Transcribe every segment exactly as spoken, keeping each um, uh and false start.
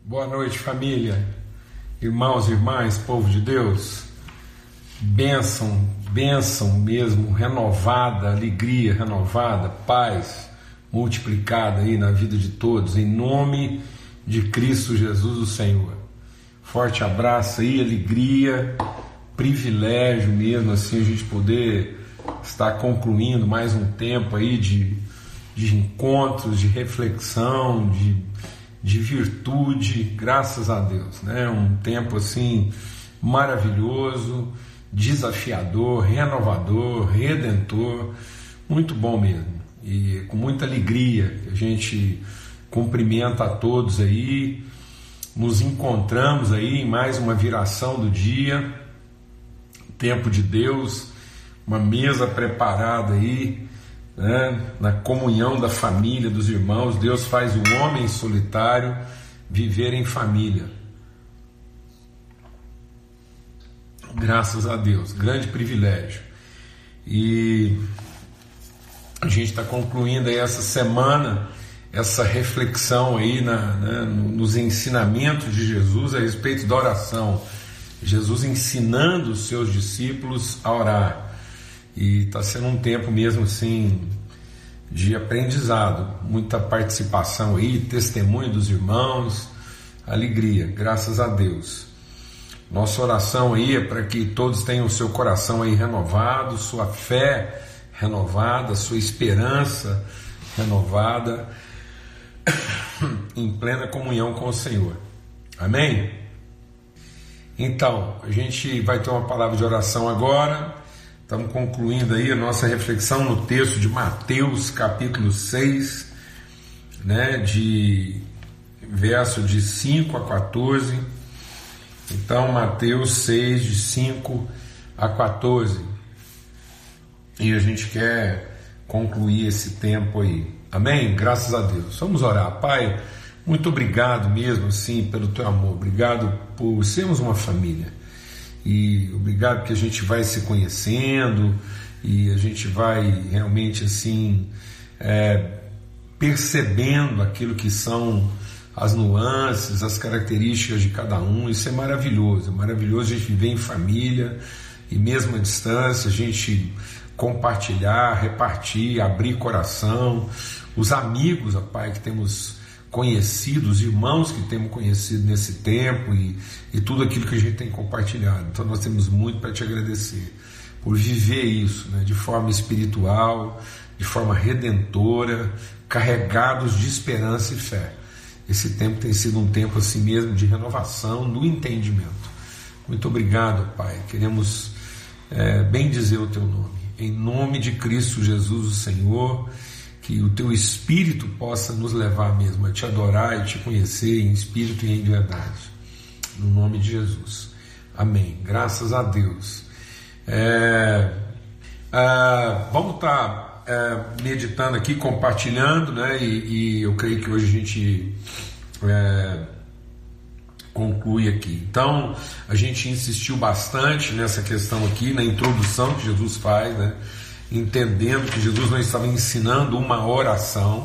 Boa noite, família, irmãos e irmãs, povo de Deus. Bênção, bênção mesmo, renovada, alegria renovada, paz multiplicada aí na vida de todos, em nome de Cristo Jesus, o Senhor. Forte abraço aí, alegria, privilégio mesmo, assim, a gente poder estar concluindo mais um tempo aí de, de encontros, de reflexão, de de virtude, graças a Deus, né? Um tempo assim maravilhoso, desafiador, renovador, redentor, muito bom mesmo, e com muita alegria a gente cumprimenta a todos aí, nos encontramos aí em mais uma viração do dia, tempo de Deus, uma mesa preparada aí, né, na comunhão da família, dos irmãos. Deus faz o homem solitário viver em família, graças a Deus, grande privilégio. E a gente está concluindo aí essa semana, essa reflexão aí na, né, nos ensinamentos de Jesus a respeito da oração, Jesus ensinando os seus discípulos a orar. E está sendo um tempo mesmo assim de aprendizado, muita participação aí, testemunho dos irmãos, alegria, graças a Deus. Nossa oração aí é para que todos tenham o seu coração aí renovado, sua fé renovada, sua esperança renovada, em plena comunhão com o Senhor. Amém? Então, a gente vai ter uma palavra de oração agora. Estamos concluindo aí a nossa reflexão no texto de Mateus, capítulo seis, né, de verso de cinco a quatorze. Então, Mateus seis, de cinco a quatorze. E a gente quer concluir esse tempo aí. Amém? Graças a Deus. Vamos orar. Pai, muito obrigado mesmo, assim, pelo teu amor. Obrigado por sermos uma família. E obrigado que a gente vai se conhecendo e a gente vai realmente assim é, percebendo aquilo que são as nuances, as características de cada um. Isso é maravilhoso, é maravilhoso a gente viver em família e mesmo à distância a gente compartilhar, repartir, abrir coração, os amigos, ó Pai, que temos conhecido, os irmãos que temos conhecido nesse tempo e, e tudo aquilo que a gente tem compartilhado. Então nós temos muito para te agradecer por viver isso, né, de forma espiritual, de forma redentora, carregados de esperança e fé. Esse tempo tem sido um tempo assim mesmo de renovação do entendimento. Muito obrigado, Pai. Queremos é, bem dizer o teu nome, em nome de Cristo Jesus, o Senhor. Que o teu Espírito possa nos levar mesmo a te adorar e te conhecer em espírito e em verdade, no nome de Jesus, amém, graças a Deus. É, é, vamos estar é, meditando aqui, compartilhando, né, e, e eu creio que hoje a gente é, conclui aqui. Então a gente insistiu bastante nessa questão aqui, na introdução que Jesus faz, né, entendendo que Jesus não estava ensinando uma oração,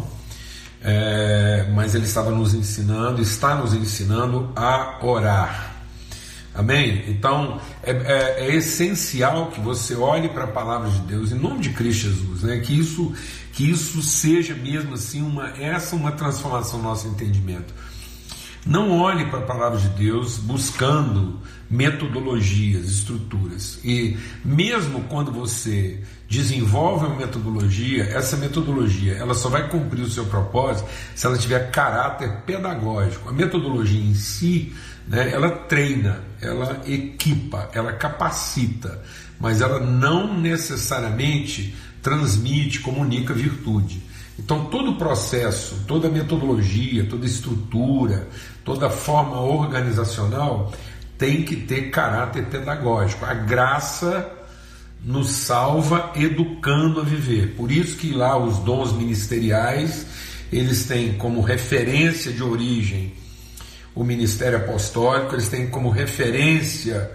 é, mas Ele estava nos ensinando, está nos ensinando a orar. Amém? Então é, é, é essencial que você olhe para a palavra de Deus em nome de Cristo Jesus, né? que, isso, que isso seja mesmo assim uma, essa uma transformação no nosso entendimento. Não olhe para a palavra de Deus buscando metodologias, estruturas. E mesmo quando você desenvolve uma metodologia, essa metodologia ela só vai cumprir o seu propósito se ela tiver caráter pedagógico. A metodologia em si, né, ela treina, ela equipa, ela capacita, mas ela não necessariamente transmite, comunica virtude. Então todo o processo, toda a metodologia, toda a estrutura, toda a forma organizacional tem que ter caráter pedagógico. A graça nos salva educando a viver. Por isso que lá os dons ministeriais, eles têm como referência de origem o ministério apostólico, eles têm como referência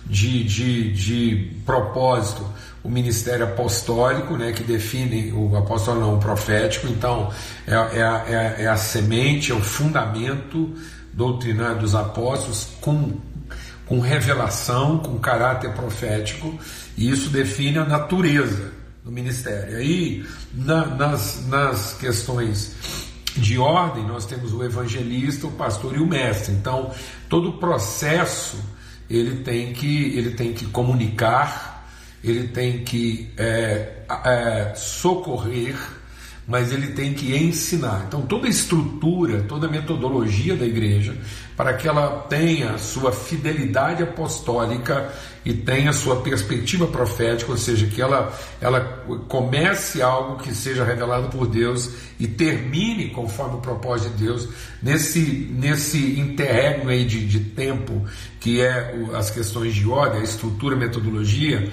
de, de, de propósito o ministério apostólico, né, que define o apóstolo não, o profético. Então é, é, a, é, a, é a semente, é o fundamento doutrinário dos apóstolos com, com revelação, com caráter profético, e isso define a natureza do ministério. Aí na, nas, nas questões de ordem nós temos o evangelista, o pastor e o mestre. Então todo o processo ele tem que, ele tem que comunicar, ele tem que é, é, socorrer, mas ele tem que ensinar. Então toda a estrutura, toda a metodologia da igreja, para que ela tenha sua fidelidade apostólica e tenha sua perspectiva profética, ou seja, que ela, ela comece algo que seja revelado por Deus e termine conforme o propósito de Deus, nesse, nesse interregno aí de, de tempo, que é o, as questões de ordem, a estrutura, a metodologia.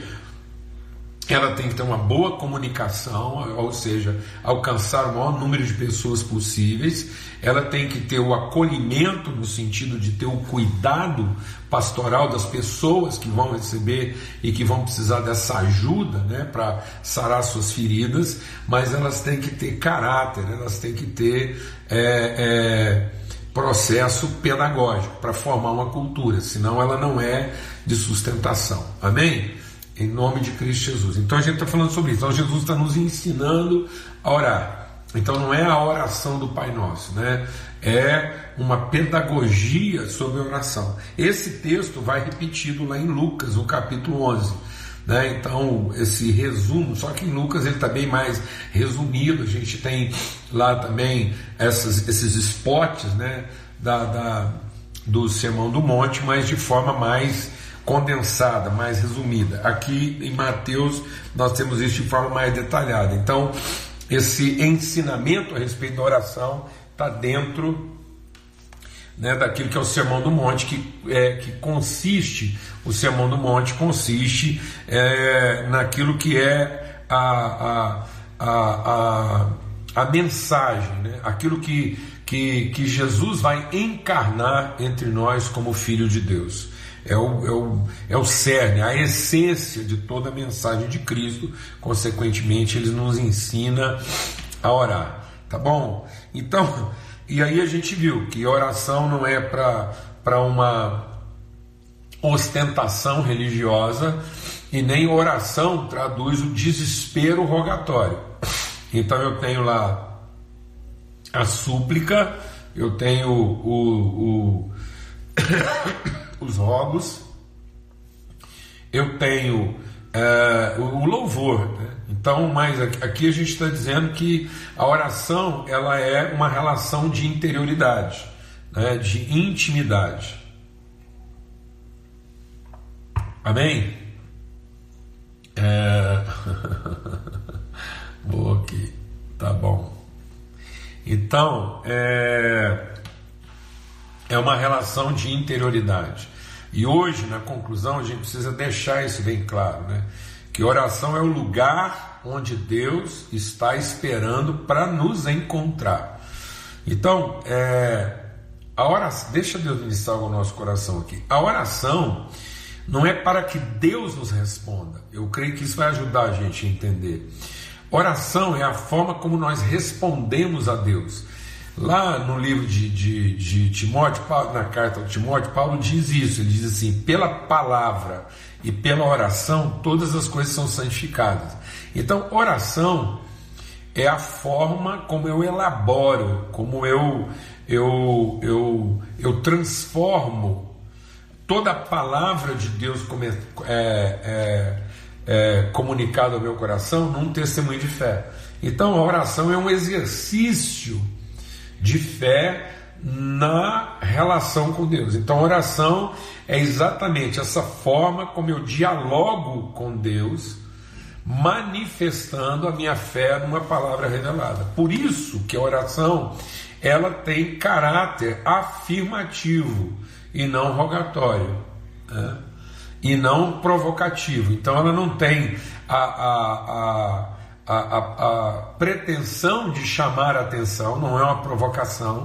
Ela tem que ter uma boa comunicação, ou seja, alcançar o maior número de pessoas possíveis. Ela tem que ter o acolhimento, no sentido de ter o cuidado pastoral das pessoas que vão receber e que vão precisar dessa ajuda, né, para sarar suas feridas. Mas elas têm que ter caráter, elas têm que ter é, é, processo pedagógico para formar uma cultura, senão ela não é de sustentação. Amém? Em nome de Cristo Jesus. Então a gente está falando sobre isso. Então Jesus está nos ensinando a orar. Então não é a oração do Pai Nosso, né? É uma pedagogia sobre a oração. Esse texto vai repetido lá em Lucas, no capítulo onze, né? Então esse resumo, só que em Lucas ele está bem mais resumido. A gente tem lá também essas, esses spots, né, da, da, do Sermão do Monte, mas de forma mais condensada, mais resumida. Aqui em Mateus nós temos isso de forma mais detalhada. Então esse ensinamento a respeito da oração está dentro, né, daquilo que é o Sermão do Monte, que, é, que consiste, o Sermão do Monte consiste é, naquilo que é a, a, a, a, a mensagem, né, aquilo que, que, que Jesus vai encarnar entre nós como Filho de Deus. É o, é, o, é o cerne, a essência de toda a mensagem de Cristo. Consequentemente, ele nos ensina a orar, tá bom? Então, e aí a gente viu que oração não é para uma ostentação religiosa, e nem oração traduz o desespero rogatório. Então eu tenho lá a súplica, eu tenho o... o os rogos, eu tenho é, o louvor, né? Então, mas aqui a gente está dizendo que a oração ela é uma relação de interioridade, né? De intimidade. Amém? É... Vou aqui, tá bom. Então, é... é uma relação de interioridade. E hoje, na conclusão, a gente precisa deixar isso bem claro, né? Que oração é o lugar onde Deus está esperando para nos encontrar. Então, é, a oração, deixa Deus ministrar o nosso coração aqui. A oração não é para que Deus nos responda. Eu creio que isso vai ajudar a gente a entender. Oração é a forma como nós respondemos a Deus. Lá no livro de, de, de Timóteo, Paulo, na carta de Timóteo, Paulo diz isso, ele diz assim: pela palavra e pela oração todas as coisas são santificadas. Então oração é a forma como eu elaboro, como eu, eu, eu, eu transformo toda a palavra de Deus como é, é, é, comunicada ao meu coração num testemunho de fé. Então a oração é um exercício de fé na relação com Deus. Então a oração é exatamente essa forma como eu dialogo com Deus, manifestando a minha fé numa palavra revelada. Por isso que a oração ela tem caráter afirmativo e não rogatório, né? E não provocativo. Então ela não tem a, a, a A, a, a pretensão de chamar a atenção, não é uma provocação,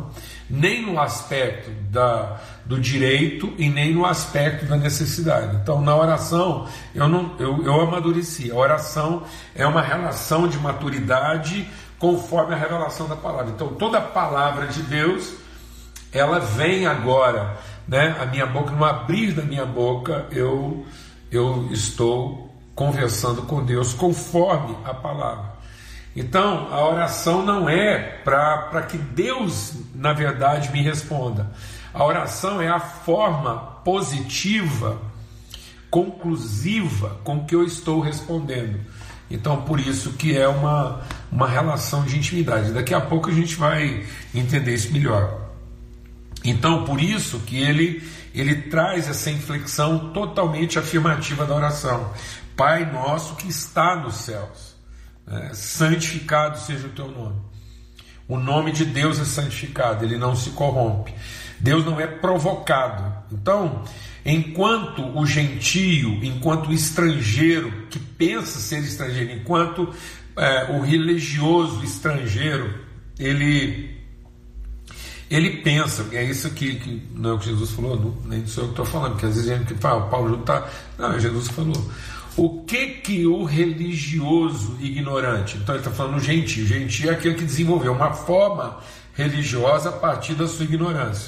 nem no aspecto da, do direito e nem no aspecto da necessidade. Então, na oração, eu, não, eu, eu amadureci. A oração é uma relação de maturidade conforme a revelação da palavra. Então, toda a palavra de Deus, ela vem agora, né? A minha boca, no abrir da minha boca, eu, eu estou conversando com Deus conforme a palavra. Então, a oração não é para que Deus, na verdade, me responda. A oração é a forma positiva, conclusiva com que eu estou respondendo. Então, por isso que é uma, uma relação de intimidade. Daqui a pouco a gente vai entender isso melhor. Então, por isso que ele, ele traz essa inflexão totalmente afirmativa da oração. Pai nosso que está nos céus, né? Santificado seja o teu nome. O nome de Deus é santificado, ele não se corrompe. Deus não é provocado. Então, enquanto o gentio, enquanto o estrangeiro que pensa ser estrangeiro, enquanto é, o religioso estrangeiro, ele, ele pensa, é isso aqui que não é o que Jesus falou, não, nem sou eu que estou falando, porque às vezes a gente fala, o Paulo está. Não, é Jesus que falou. O que que o religioso ignorante, então ele está falando gentio, gentio é aquele que desenvolveu uma forma religiosa a partir da sua ignorância.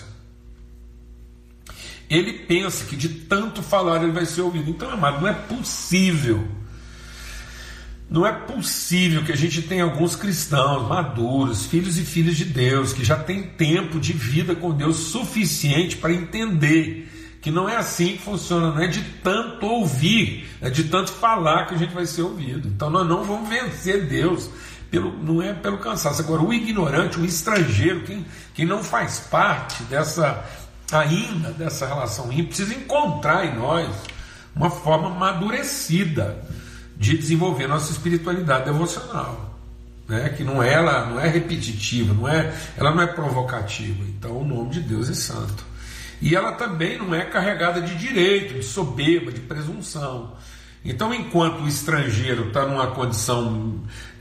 Ele pensa que de tanto falar ele vai ser ouvido. Então, amado, não é possível, não é possível que a gente tenha alguns cristãos maduros, filhos e filhas de Deus, que já têm tempo de vida com Deus suficiente para entender que não é assim que funciona, não é de tanto ouvir, é de tanto falar que a gente vai ser ouvido. Então nós não vamos vencer Deus, pelo, não é pelo cansaço. Agora, o ignorante, o estrangeiro, quem, quem não faz parte dessa, ainda dessa relação íntima, precisa encontrar em nós uma forma amadurecida de desenvolver nossa espiritualidade devocional, né? Que não é, ela não é repetitiva, não é, ela não é provocativa. Então o nome de Deus é santo. E ela também não é carregada de direito, de soberba, de presunção. Então, enquanto o estrangeiro está numa condição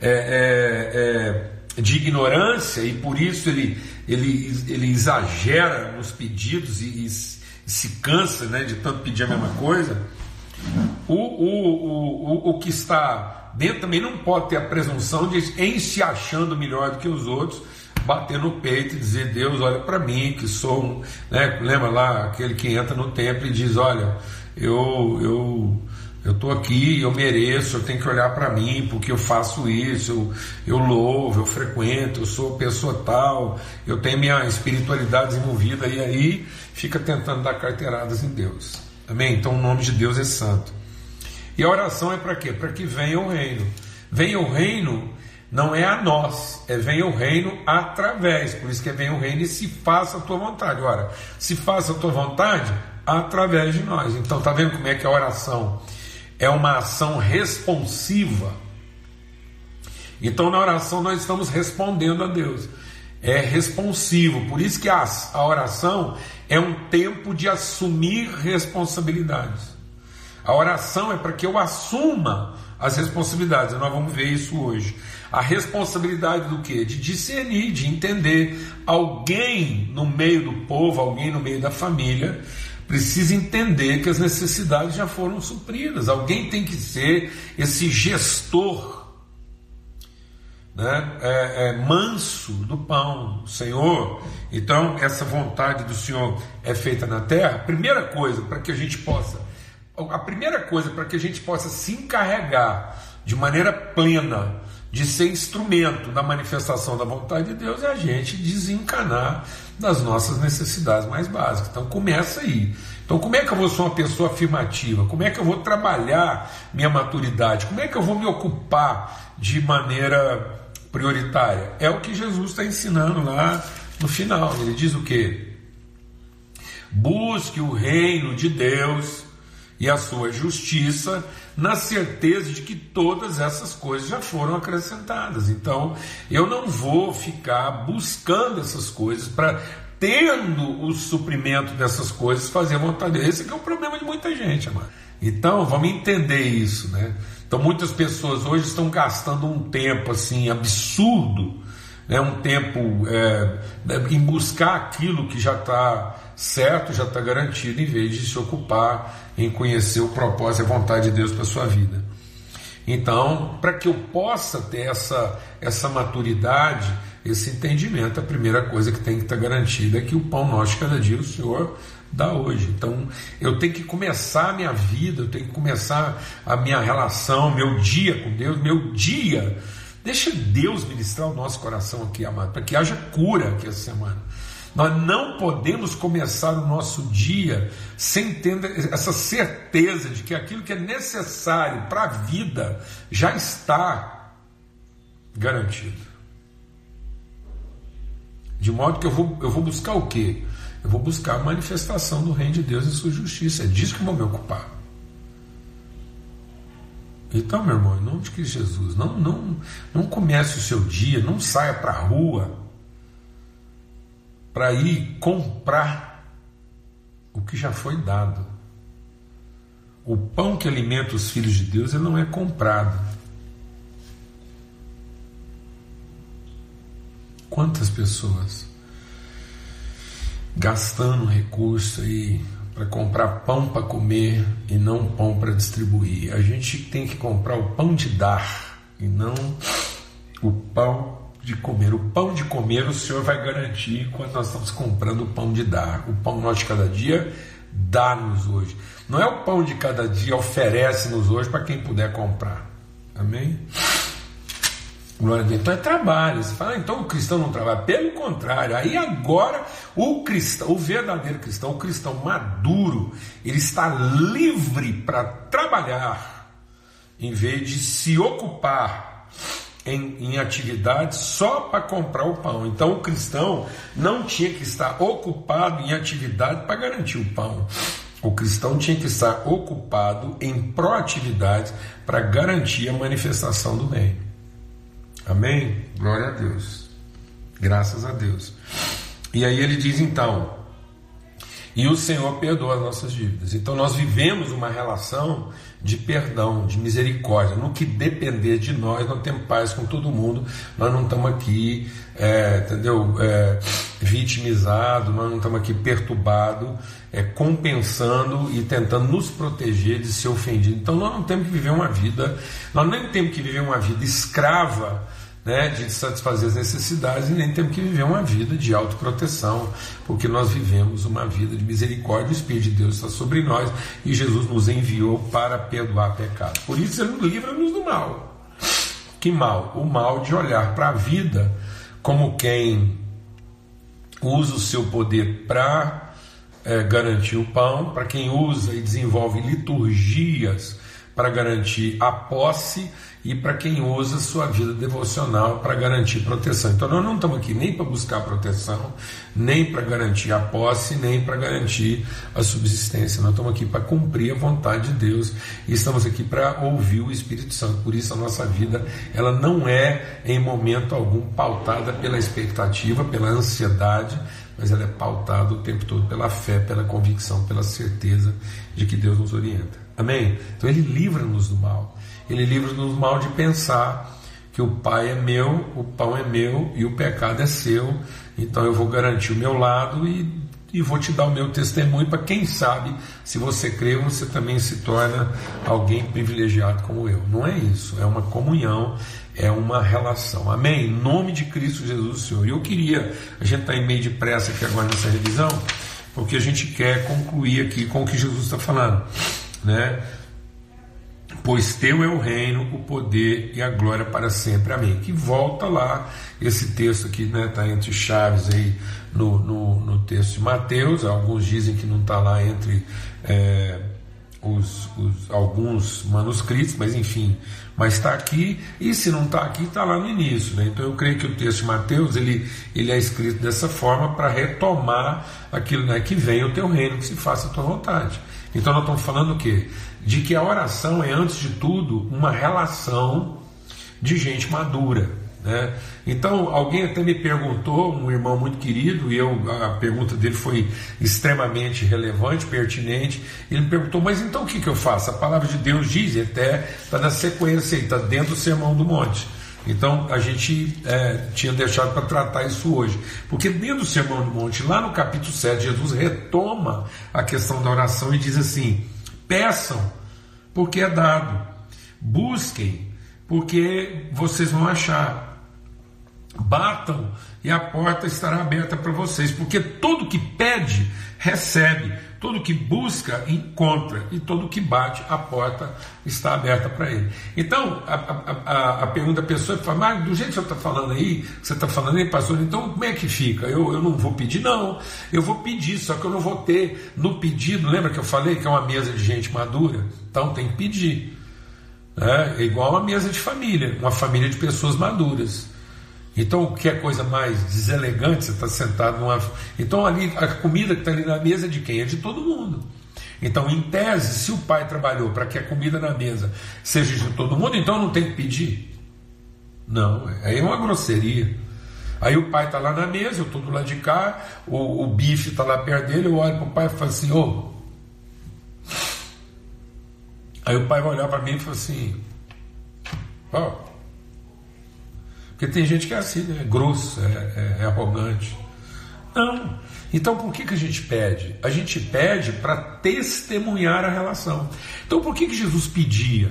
é, é, é, de ignorância, e por isso ele, ele, ele exagera nos pedidos e, e se cansa, né, de tanto pedir a mesma coisa, o, o, o, o, o que está dentro também não pode ter a presunção de, em se achando melhor do que os outros, bater no peito e dizer: Deus, olha para mim que sou um, né? Lembra lá aquele que entra no templo e diz: olha, eu eu eu estou aqui, eu mereço, eu tenho que olhar para mim porque eu faço isso, eu, eu louvo, eu frequento, eu sou pessoa tal, eu tenho minha espiritualidade desenvolvida, e aí fica tentando dar carteiradas em Deus. Amém? Então o nome de Deus é santo. E a oração é para quê? Para que venha o reino. Venha o reino não é a nós, é venha o reino através, por isso que é venha o reino e se faça a tua vontade. Ora, se faça a tua vontade através de nós. Então, está vendo como é que a oração é uma ação responsiva? Então, na oração nós estamos respondendo a Deus, é responsivo, por isso que a, a oração é um tempo de assumir responsabilidades. A oração é para que eu assuma as responsabilidades, e nós vamos ver isso hoje. A responsabilidade do quê? De discernir, de entender. Alguém no meio do povo, alguém no meio da família, precisa entender que as necessidades já foram supridas. Alguém tem que ser esse gestor, né? é, é, manso do pão, Senhor. Então, essa vontade do Senhor é feita na terra. Primeira coisa, para que a gente possa A primeira coisa para que a gente possa se encarregar de maneira plena de ser instrumento da manifestação da vontade de Deus é a gente desencanar das nossas necessidades mais básicas. Então começa aí. Então como é que eu vou ser uma pessoa afirmativa? Como é que eu vou trabalhar minha maturidade? Como é que eu vou me ocupar de maneira prioritária? É o que Jesus está ensinando lá no final. Ele diz o quê? Busque o reino de Deus e a sua justiça, na certeza de que todas essas coisas já foram acrescentadas. Então, eu não vou ficar buscando essas coisas para, tendo o suprimento dessas coisas, fazer a vontade de Deus. Esse aqui é o problema de muita gente, amado. Então, vamos entender isso, né? Então, muitas pessoas hoje estão gastando um tempo assim absurdo é um tempo é, em buscar aquilo que já está certo, já está garantido, em vez de se ocupar em conhecer o propósito e a vontade de Deus para a sua vida. Então, para que eu possa ter essa, essa maturidade, esse entendimento, a primeira coisa que tem que estar garantida é que o pão nosso de cada dia o Senhor dá hoje. Então, eu tenho que começar a minha vida, eu tenho que começar a minha relação, meu dia com Deus, meu dia. Deixa Deus ministrar o nosso coração aqui, amado, para que haja cura aqui essa semana. Nós não podemos começar o nosso dia sem ter essa certeza de que aquilo que é necessário para a vida já está garantido. De modo que eu vou, eu vou buscar o quê? Eu vou buscar a manifestação do reino de Deus e sua justiça. É disso que eu vou me ocupar. Então, meu irmão, em nome de Cristo Jesus, não, não, não comece o seu dia, não saia para a rua para ir comprar o que já foi dado. O pão que alimenta os filhos de Deus, ele não é comprado. Quantas pessoas gastando recurso aí para comprar pão para comer e não pão para distribuir? A gente tem que comprar o pão de dar e não o pão de comer. O pão de comer o Senhor vai garantir quando nós estamos comprando o pão de dar. O pão nosso de cada dia dá-nos hoje. Não é o pão de cada dia, oferece-nos hoje para quem puder comprar. Amém? Glória a Deus. Então é trabalho. Você fala, ah, então o cristão não trabalha. Pelo contrário, aí agora o cristão, o verdadeiro cristão, o cristão maduro, ele está livre para trabalhar em vez de se ocupar Em, em atividades só para comprar o pão. Então o cristão não tinha que estar ocupado em atividade para garantir o pão. O cristão tinha que estar ocupado em proatividades para garantir a manifestação do reino. Amém? Glória a Deus. Graças a Deus. E aí ele diz então, e o Senhor perdoa as nossas dívidas. Então nós vivemos uma relação de perdão, de misericórdia. No que depender de nós, nós temos paz com todo mundo. Nós não estamos aqui, é, entendeu? É, vitimizados, nós não estamos aqui perturbados, é, compensando e tentando nos proteger de ser ofendido. Então nós não temos que viver uma vida, nós nem temos que viver uma vida escrava, né, de satisfazer as necessidades, e nem temos que viver uma vida de autoproteção, porque nós vivemos uma vida de misericórdia. O Espírito de Deus está sobre nós e Jesus nos enviou para perdoar pecado. Por isso ele livra-nos do mal. Que mal? O mal de olhar para a vida como quem usa o seu poder para é, garantir o pão, para quem usa e desenvolve liturgias para garantir a posse, e para quem usa sua vida devocional para garantir proteção. Então nós não estamos aqui nem para buscar proteção, nem para garantir a posse, nem para garantir a subsistência. Nós estamos aqui para cumprir a vontade de Deus e estamos aqui para ouvir o Espírito Santo. Por isso a nossa vida, ela não é em momento algum pautada pela expectativa, pela ansiedade, mas ela é pautada o tempo todo pela fé, pela convicção, pela certeza de que Deus nos orienta. Amém? Então ele livra-nos do mal. Ele livra-nos do mal de pensar que o Pai é meu, o pão é meu e o pecado é seu. Então eu vou garantir o meu lado e, e vou te dar o meu testemunho para quem sabe, se você crê, você também se torna alguém privilegiado como eu. Não é isso, é uma comunhão, é uma relação. Amém? Em nome de Cristo Jesus, Senhor. E eu queria, a gente está em meio de pressa aqui agora nessa revisão, porque a gente quer concluir aqui com o que Jesus está falando, né? Pois teu é o reino, o poder e a glória para sempre. Amém. Que volta lá, esse texto aqui, né, está entre chaves aí no, no, no texto de Mateus. Alguns dizem que não está lá entre é, os, os, alguns manuscritos, mas enfim, mas está aqui, e se não está aqui, está lá no início, né? Então eu creio que o texto de Mateus, ele, ele é escrito dessa forma para retomar aquilo, né, que venha o teu reino, que se faça a tua vontade. Então nós estamos falando o quê? De que a oração é, antes de tudo, uma relação de gente madura, né? Então alguém até me perguntou, um irmão muito querido, e eu, a pergunta dele foi extremamente relevante, pertinente. Ele me perguntou, mas então o que, que eu faço? A palavra de Deus diz, e até está na sequência, está dentro do Sermão do Monte, Então a gente é, tinha deixado para tratar isso hoje, porque dentro do Sermão do Monte, lá no capítulo sete, Jesus retoma a questão da oração e diz assim: peçam, porque é dado, busquem, porque vocês vão achar, batam e a porta estará aberta para vocês, porque todo que pede, recebe, todo que busca, encontra, e todo que bate, a porta está aberta para ele. Então, a, a, a, a pergunta da pessoa fala: mas do jeito que você está falando aí, você está falando aí, pastor, então como é que fica? Eu, eu não vou pedir? Não, eu vou pedir, só que eu não vou ter no pedido. Lembra que eu falei que é uma mesa de gente madura? Então tem que pedir. É, é igual uma mesa de família, uma família de pessoas maduras. Então, o que é coisa mais deselegante? Você está sentado numa... Então, ali, a comida que está ali na mesa é de quem? É de todo mundo. Então, em tese, se o pai trabalhou para que a comida na mesa seja de todo mundo, então não tem que pedir? Não, aí é uma grosseria. Aí o pai está lá na mesa, eu estou do lado de cá, o, o bife está lá perto dele, eu olho para o pai e falo assim: ô... Oh. Aí o pai vai olhar para mim e fala assim: ó... Oh. Porque tem gente que é assim, né? É grosso, é, é, é arrogante. Não. Então por que, que a gente pede? A gente pede para testemunhar a relação. Então por que, que Jesus pedia?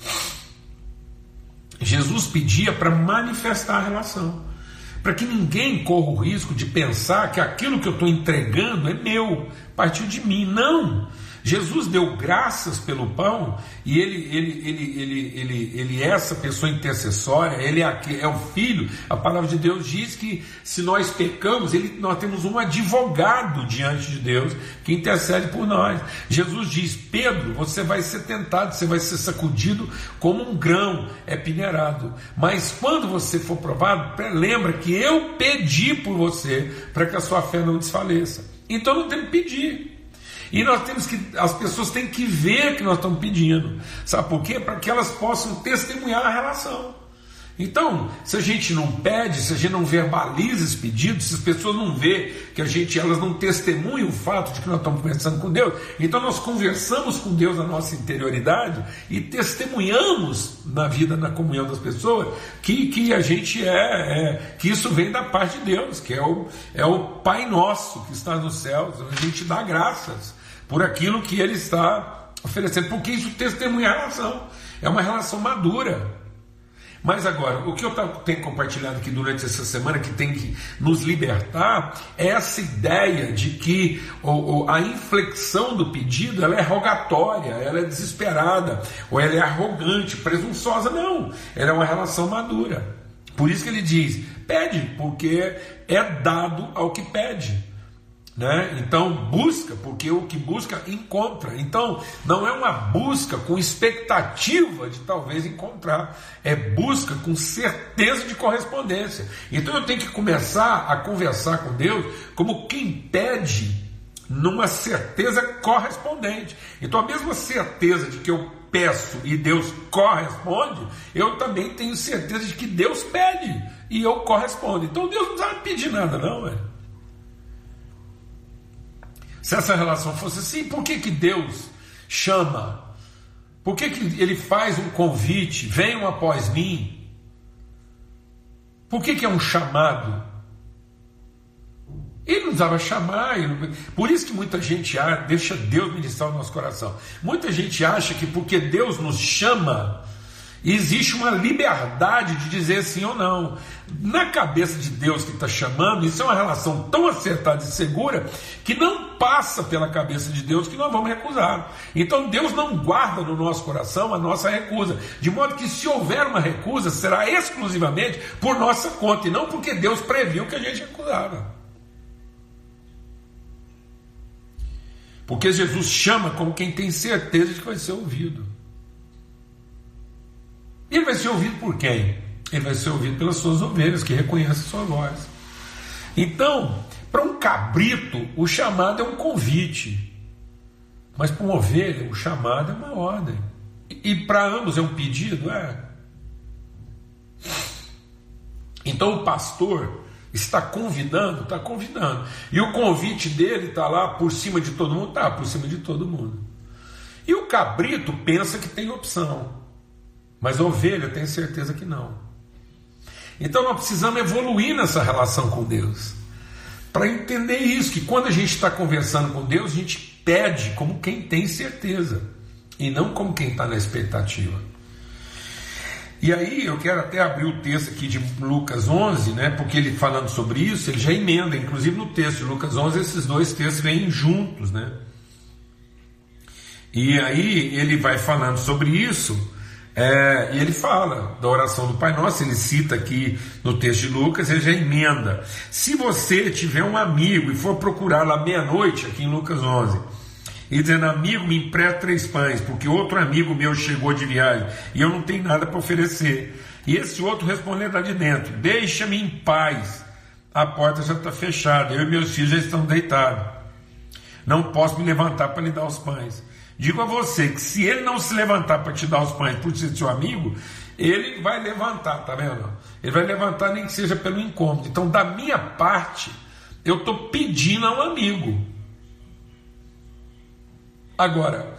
Jesus pedia para manifestar a relação. Para que ninguém corra o risco de pensar que aquilo que eu estou entregando é meu, partiu de mim. Não! Jesus deu graças pelo pão e ele, ele, ele, ele, ele, ele é essa pessoa intercessória, ele é, é o Filho. A palavra de Deus diz que se nós pecamos, ele, nós temos um advogado diante de Deus que intercede por nós. Jesus diz: Pedro, você vai ser tentado, você vai ser sacudido como um grão é peneirado, mas quando você for provado, lembra que eu pedi por você para que a sua fé não desfaleça. Então não tem que pedir. E nós temos que, as pessoas têm que ver que nós estamos pedindo. Sabe por quê? Para que elas possam testemunhar a relação. Então, se a gente não pede, se a gente não verbaliza esse pedido, se as pessoas não vê que a gente, elas não testemunham o fato de que nós estamos conversando com Deus, então nós conversamos com Deus na nossa interioridade e testemunhamos na vida, na comunhão das pessoas, que, que a gente é, é, que isso vem da parte de Deus, que é o, é o Pai Nosso que está nos céus. A gente dá graças por aquilo que Ele está oferecendo, porque isso testemunha a relação, é uma relação madura. Mas agora, o que eu tenho compartilhado aqui durante essa semana, que tem que nos libertar, é essa ideia de que a inflexão do pedido, ela é rogatória, ela é desesperada, ou ela é arrogante, presunçosa. Não, ela é uma relação madura. Por isso que ele diz: pede, porque é dado ao que pede. Né? Então busca, porque o que busca encontra. Então não é uma busca com expectativa de talvez encontrar, é busca com certeza de correspondência. Então eu tenho que começar a conversar com Deus como quem pede numa certeza correspondente. Então a mesma certeza de que eu peço e Deus corresponde, eu também tenho certeza de que Deus pede e eu correspondo. Então Deus não precisa pedir nada, não, velho. Se essa relação fosse assim, por que, que Deus chama? Por que, que Ele faz um convite? Venham após mim. Por que, que é um chamado? Ele não precisava chamar. Não... Por isso que muita gente acha, deixa Deus ministrar o nosso coração. Muita gente acha que porque Deus nos chama, existe uma liberdade de dizer sim ou não. Na cabeça de Deus que está chamando, isso é uma relação tão acertada e segura que não passa pela cabeça de Deus que nós vamos recusar. Então Deus não guarda no nosso coração a nossa recusa, de modo que se houver uma recusa, será exclusivamente por nossa conta e não porque Deus previu que a gente recusava. Porque Jesus chama como quem tem certeza de que vai ser ouvido. E ele vai ser ouvido por quem? Ele vai ser ouvido pelas suas ovelhas, que reconhecem sua voz. Então, para um cabrito, o chamado é um convite. Mas para uma ovelha, o chamado é uma ordem. E, e para ambos é um pedido? É. Então o pastor está convidando? Está convidando. E o convite dele está lá por cima de todo mundo? Está por cima de todo mundo. E o cabrito pensa que tem opção. Mas a ovelha tem certeza que não. Então nós precisamos evoluir nessa relação com Deus, para entender isso, que quando a gente está conversando com Deus, a gente pede como quem tem certeza, e não como quem está na expectativa. E aí eu quero até abrir o texto aqui de Lucas onze, né, porque ele falando sobre isso, ele já emenda, inclusive no texto de Lucas onze, esses dois textos vêm juntos, né? E aí ele vai falando sobre isso, é, e ele fala da oração do Pai Nosso, ele cita aqui no texto de Lucas, ele já emenda: se você tiver um amigo e for procurar lá meia-noite, aqui em Lucas onze, e dizendo: amigo, me empresta três pães, porque outro amigo meu chegou de viagem e eu não tenho nada para oferecer. E esse outro respondendo lá de dentro: deixa-me em paz, a porta já está fechada, eu e meus filhos já estão deitados, não posso me levantar para lhe dar os pães. Digo a você que se ele não se levantar para te dar os pães por ser seu amigo, ele vai levantar, tá vendo? Ele vai levantar nem que seja pelo incômodo. Então, da minha parte, eu estou pedindo a um amigo. Agora,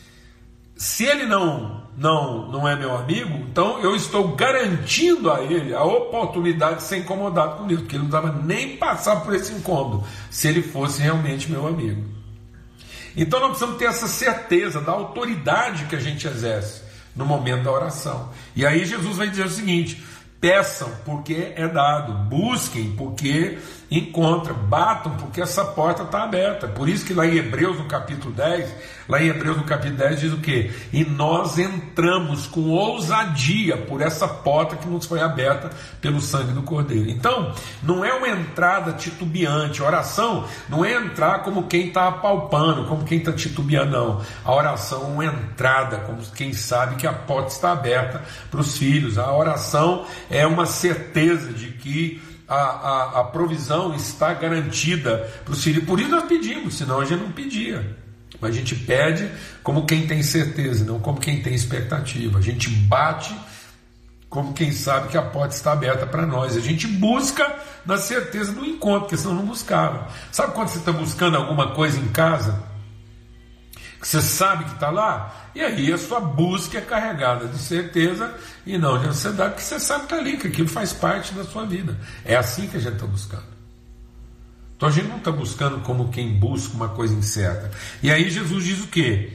se ele não, não, não é meu amigo, então eu estou garantindo a ele a oportunidade de ser incomodado com Deus, porque ele não estava nem passar por esse incômodo, se ele fosse realmente meu amigo. Então nós precisamos ter essa certeza da autoridade que a gente exerce no momento da oração. E aí Jesus vai dizer o seguinte: peçam porque é dado, busquem porque encontram, batam porque essa porta está aberta. Por isso que lá em Hebreus no capítulo dez, lá em Hebreus no capítulo dez diz o quê? E nós entramos com ousadia por essa porta que nos foi aberta pelo sangue do Cordeiro. Então, não é uma entrada titubeante. A oração não é entrar como quem está apalpando, como quem está titubeando, não. A oração é uma entrada, como quem sabe que a porta está aberta para os filhos. A oração é uma certeza de que A, a, a provisão está garantida para os filhos. Por isso nós pedimos, senão a gente não pedia. Mas a gente pede como quem tem certeza, não como quem tem expectativa. A gente bate como quem sabe que a porta está aberta para nós. A gente busca na certeza do encontro, porque senão não buscava. Sabe quando você está buscando alguma coisa em casa, que você sabe que está lá? E aí a sua busca é carregada de certeza e não de ansiedade, porque você sabe que está ali, que aquilo faz parte da sua vida. É assim que a gente está buscando. Então a gente não está buscando como quem busca uma coisa incerta. E aí Jesus diz o quê?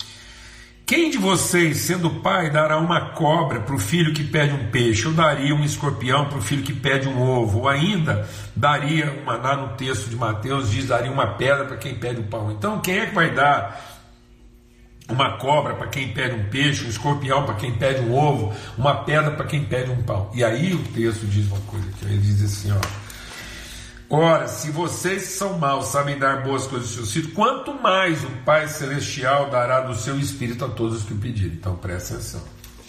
Quem de vocês, sendo pai, dará uma cobra para o filho que pede um peixe? Ou daria um escorpião para o filho que pede um ovo? Ou ainda daria, uma, lá no texto de Mateus diz, daria uma pedra para quem pede um pão. Então quem é que vai dar uma cobra para quem pede um peixe, um escorpião para quem pede um ovo, uma pedra para quem pede um pão? E aí o texto diz uma coisa aqui, ele diz assim, ó: ora, se vocês que são maus sabem dar boas coisas aos seus filhos, quanto mais o Pai Celestial dará do seu Espírito a todos os que o pedirem. Então presta atenção.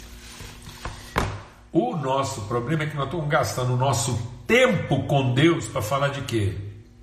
O nosso problema é que nós estamos gastando o nosso tempo com Deus para falar de quê?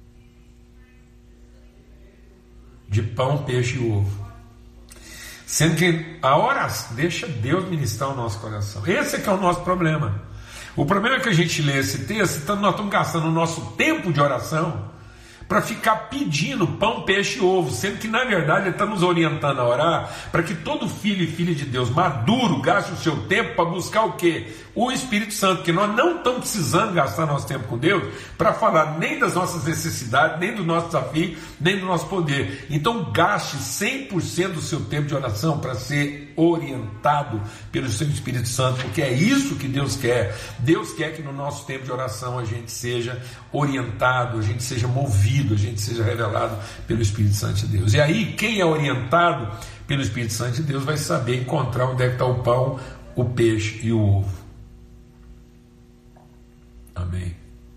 De pão, peixe e ovo. Sendo que a oração, deixa Deus ministrar o nosso coração. Esse é que é o nosso problema. O problema é que a gente lê esse texto, então nós estamos gastando o nosso tempo de oração para ficar pedindo pão, peixe e ovo, sendo que na verdade ele está nos orientando a orar para que todo filho e filha de Deus maduro gaste o seu tempo para buscar o quê? O Espírito Santo, porque nós não estamos precisando gastar nosso tempo com Deus para falar nem das nossas necessidades, nem do nosso desafio, nem do nosso poder. Então gaste cem por cento do seu tempo de oração para ser orientado pelo seu Espírito Santo, porque é isso que Deus quer. Deus quer que no nosso tempo de oração a gente seja orientado, a gente seja movido, a gente seja revelado pelo Espírito Santo de Deus. E aí quem é orientado pelo Espírito Santo de Deus vai saber encontrar onde é que está o pão, o peixe e o ovo. Amém.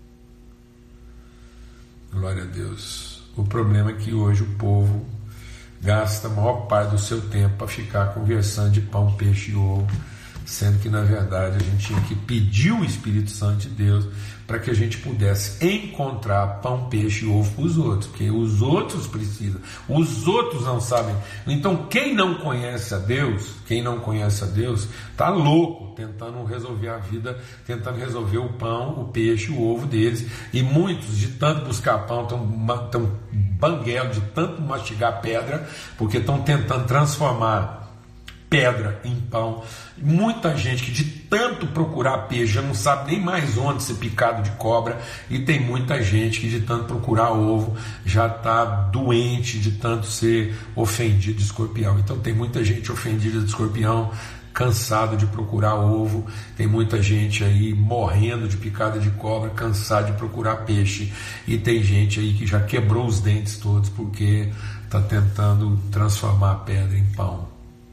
Glória a Deus. O problema é que hoje o povo gasta a maior parte do seu tempo para ficar conversando de pão, peixe e ovo, sendo que na verdade a gente tinha que pedir o Espírito Santo de Deus para que a gente pudesse encontrar pão, peixe e ovo para os outros, porque os outros precisam, os outros não sabem. Então quem não conhece a Deus, quem não conhece a Deus, está louco tentando resolver a vida, tentando resolver o pão, o peixe, o ovo deles, e muitos de tanto buscar pão estão banguelo, de tanto mastigar pedra, porque estão tentando transformar pedra em pão. Muita gente que de tanto procurar peixe já não sabe nem mais onde ser picado de cobra, e tem muita gente que de tanto procurar ovo já está doente de tanto ser ofendido de escorpião. Então tem muita gente ofendida de escorpião, cansado de procurar ovo. Tem muita gente aí morrendo de picada de cobra, cansado de procurar peixe, e tem gente aí que já quebrou os dentes todos porque está tentando transformar a pedra em pão.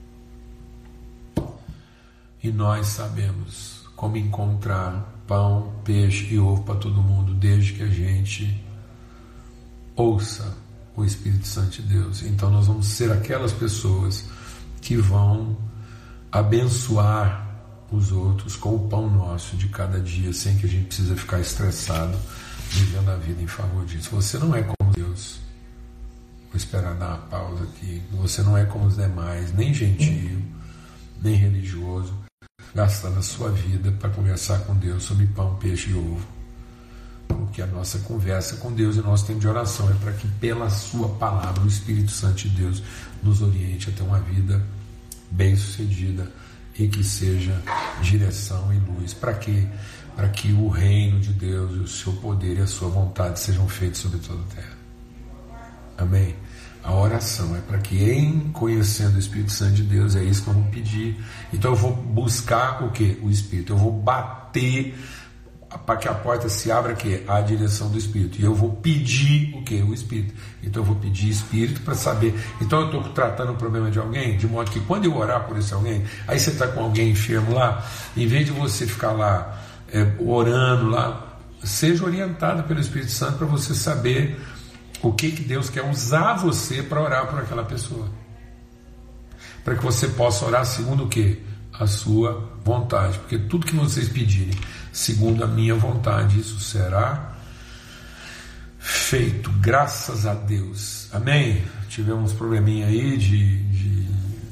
E nós sabemos como encontrar pão, peixe e ovo para todo mundo, desde que a gente ouça o Espírito Santo de Deus. Então nós vamos ser aquelas pessoas que vão abençoar os outros com o pão nosso de cada dia, sem que a gente precisa ficar estressado vivendo a vida em favor disso. Você não é como Deus. Vou esperar dar uma pausa aqui. Você não é como os demais, nem gentio, nem religioso, gastando a sua vida para conversar com Deus sobre pão, peixe e ovo. Porque a nossa conversa com Deus e nosso tempo de oração é para que pela sua palavra o Espírito Santo de Deus nos oriente a ter uma vida bem-sucedida e que seja direção e luz. Para quê? Para que o reino de Deus, o seu poder e a sua vontade sejam feitos sobre toda a terra. Amém? A oração é para que, em conhecendo o Espírito Santo de Deus, é isso que eu vou pedir. Então eu vou buscar o quê? O Espírito. Eu vou bater para que a porta se abra, que a direção do Espírito, e eu vou pedir o que? O Espírito. Então eu vou pedir Espírito para saber. Então eu estou tratando o problema de alguém, de modo que quando eu orar por esse alguém, aí você está com alguém enfermo lá, em vez de você ficar lá é, orando lá, seja orientado pelo Espírito Santo para você saber o que, que Deus quer usar você para orar por aquela pessoa, para que você possa orar segundo o que? A sua vontade, porque tudo que vocês pedirem segundo a minha vontade, isso será feito, graças a Deus. Amém? Tivemos um probleminha aí de, de...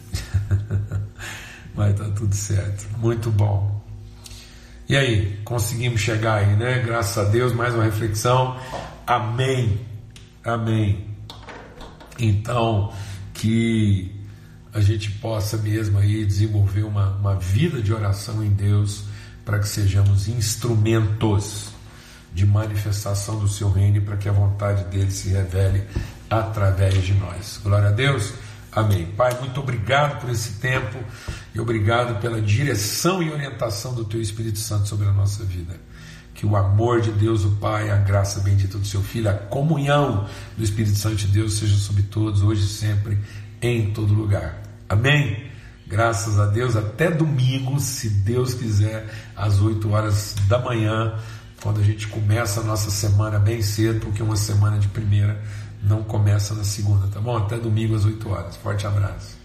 mas tá tudo certo, muito bom. E aí, conseguimos chegar aí, né? Graças a Deus, mais uma reflexão. Amém, amém. Então, que a gente possa mesmo aí desenvolver uma, uma vida de oração em Deus, para que sejamos instrumentos de manifestação do seu reino e para que a vontade dele se revele através de nós. Glória a Deus. Amém. Pai, muito obrigado por esse tempo e obrigado pela direção e orientação do teu Espírito Santo sobre a nossa vida. Que o amor de Deus, o Pai, a graça bendita do seu Filho, a comunhão do Espírito Santo de Deus seja sobre todos, hoje e sempre, em todo lugar. Amém? Graças a Deus, até domingo, se Deus quiser, às oito horas da manhã, quando a gente começa a nossa semana bem cedo, porque uma semana de primeira não começa na segunda, tá bom? Até domingo às oito horas. Forte abraço.